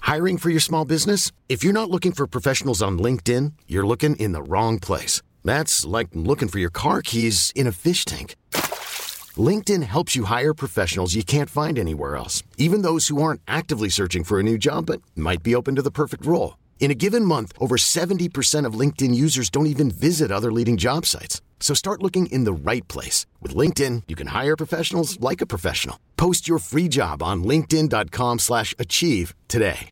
Hiring for your small business? If you're not looking for professionals on LinkedIn, you're looking in the wrong place. That's like looking for your car keys in a fish tank. LinkedIn helps you hire professionals you can't find anywhere else, even those who aren't actively searching for a new job but might be open to the perfect role. In a given month, over 70% of LinkedIn users don't even visit other leading job sites. So start looking in the right place. With LinkedIn, you can hire professionals like a professional. Post your free job on linkedin.com/achieve today.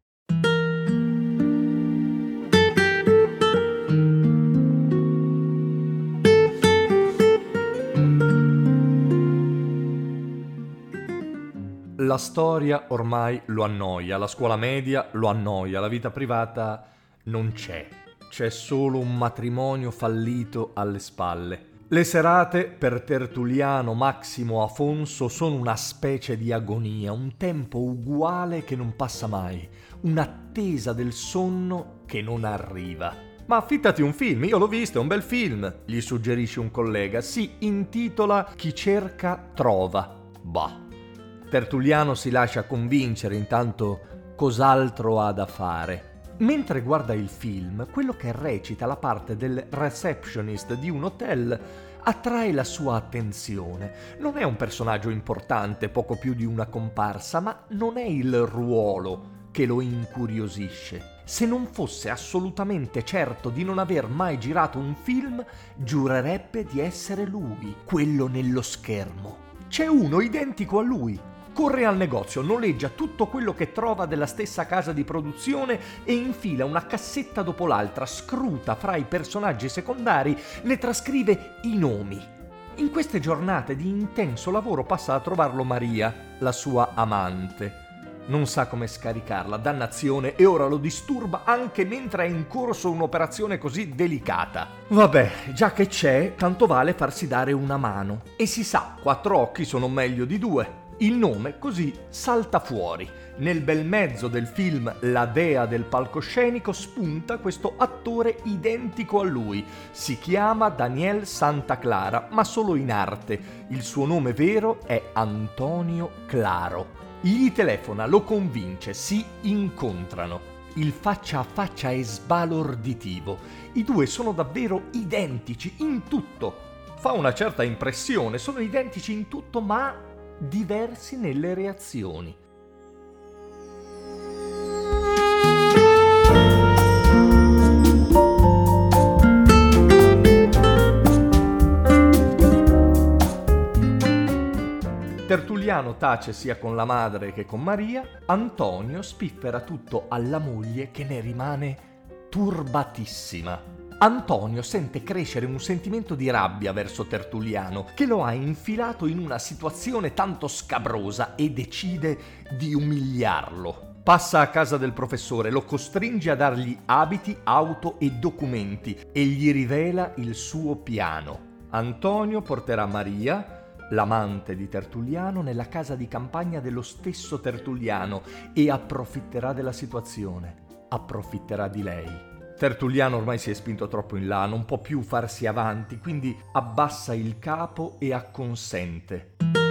La storia ormai lo annoia, la scuola media lo annoia, la vita privata non c'è. C'è solo un matrimonio fallito alle spalle. Le serate per Tertulliano, Massimo, Afonso sono una specie di agonia, un tempo uguale che non passa mai, un'attesa del sonno che non arriva. Ma affittati un film, io l'ho visto, è un bel film, gli suggerisce un collega. Si intitola Chi cerca trova. Bah. Tertulliano si lascia convincere, intanto cos'altro ha da fare. Mentre guarda il film, quello che recita la parte del receptionist di un hotel attrae la sua attenzione. Non è un personaggio importante, poco più di una comparsa, ma non è il ruolo che lo incuriosisce. Se non fosse assolutamente certo di non aver mai girato un film, giurerebbe di essere lui, quello nello schermo. C'è uno identico a lui. Corre al negozio, noleggia tutto quello che trova della stessa casa di produzione e infila una cassetta dopo l'altra, scruta fra i personaggi secondari, ne trascrive i nomi. In queste giornate di intenso lavoro passa a trovarlo Maria, la sua amante. Non sa come scaricarla, dannazione, e ora lo disturba anche mentre è in corso un'operazione così delicata. Vabbè, già che c'è, tanto vale farsi dare una mano. E si sa, 4 occhi sono meglio di 2. Il nome così salta fuori. Nel bel mezzo del film La dea del palcoscenico spunta questo attore identico a lui. Si chiama Daniel Santa Clara, ma solo in arte. Il suo nome vero è Antonio Claro. Gli telefona, lo convince, si incontrano. Il faccia a faccia è sbalorditivo. I due sono davvero identici in tutto. Fa una certa impressione, sono identici in tutto, ma diversi nelle reazioni. Tertulliano tace sia con la madre che con Maria. Antonio spiffera tutto alla moglie, che ne rimane turbatissima. Antonio sente crescere un sentimento di rabbia verso Tertulliano, che lo ha infilato in una situazione tanto scabrosa, e decide di umiliarlo. Passa a casa del professore, lo costringe a dargli abiti, auto e documenti e gli rivela il suo piano. Antonio porterà Maria, l'amante di Tertulliano, nella casa di campagna dello stesso Tertulliano e approfitterà della situazione, approfitterà di lei. Tertulliano ormai si è spinto troppo in là, non può più farsi avanti, quindi abbassa il capo e acconsente.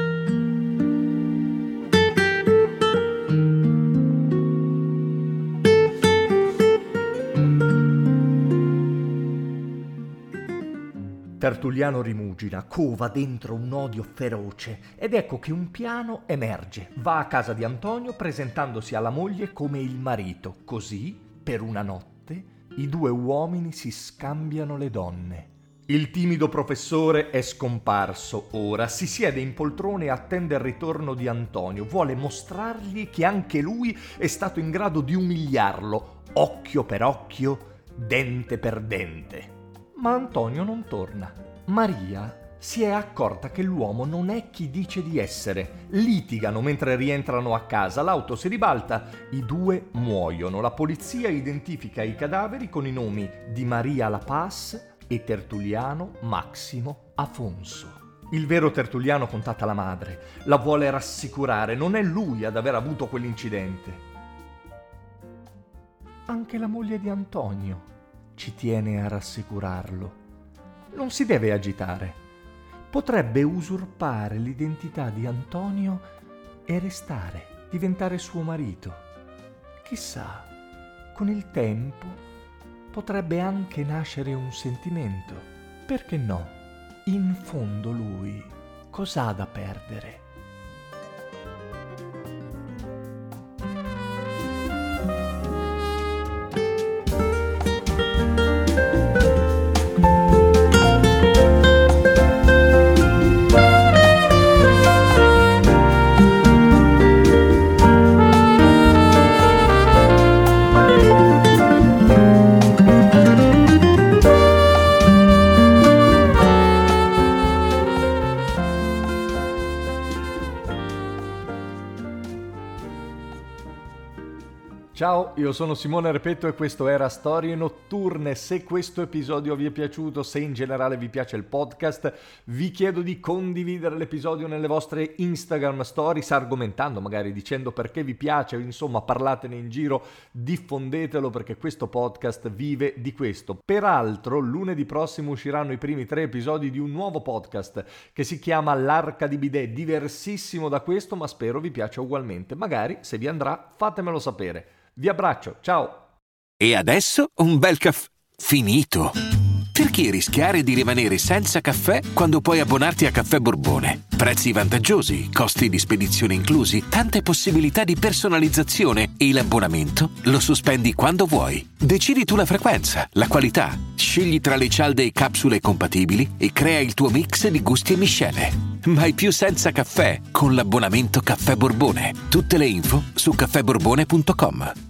Tertulliano rimugina, cova dentro un odio feroce, ed ecco che un piano emerge. Va a casa di Antonio presentandosi alla moglie come il marito. Così, per una notte, i due uomini si scambiano le donne. Il timido professore è scomparso ora, si siede in poltrone e attende il ritorno di Antonio. Vuole mostrargli che anche lui è stato in grado di umiliarlo, occhio per occhio, dente per dente. Ma Antonio non torna. Maria si è accorta che l'uomo non è chi dice di essere. Litigano mentre rientrano a casa, l'auto si ribalta, i due muoiono. La polizia identifica i cadaveri con i nomi di Maria La Paz e Tertulliano Massimo Afonso. Il vero Tertulliano contatta la madre, la vuole rassicurare, non è lui ad aver avuto quell'incidente. Anche la moglie di Antonio ci tiene a rassicurarlo. Non si deve agitare. Potrebbe usurpare l'identità di Antonio e restare, diventare suo marito. chissà, con il tempo potrebbe anche nascere un sentimento. Perché no? In fondo lui cos'ha da perdere? Ciao, io sono Simone Repetto e questo era Storie Notturne. Se questo episodio vi è piaciuto, se in generale vi piace il podcast, vi chiedo di condividere l'episodio nelle vostre Instagram stories, argomentando, magari dicendo perché vi piace, insomma parlatene in giro, diffondetelo perché questo podcast vive di questo. Peraltro, lunedì prossimo usciranno i primi 3 episodi di un nuovo podcast che si chiama L'Arca di Bidet, diversissimo da questo, ma spero vi piaccia ugualmente. Magari, se vi andrà, fatemelo sapere. Vi abbraccio, ciao! E adesso un bel caffè finito. Perché rischiare di rimanere senza caffè quando puoi abbonarti a Caffè Borbone? Prezzi vantaggiosi, costi di spedizione inclusi, tante possibilità di personalizzazione e l'abbonamento lo sospendi quando vuoi. Decidi tu la frequenza, la qualità, scegli tra le cialde e capsule compatibili e crea il tuo mix di gusti e miscele. Mai più senza caffè con l'abbonamento Caffè Borbone. Tutte le info su caffèborbone.com.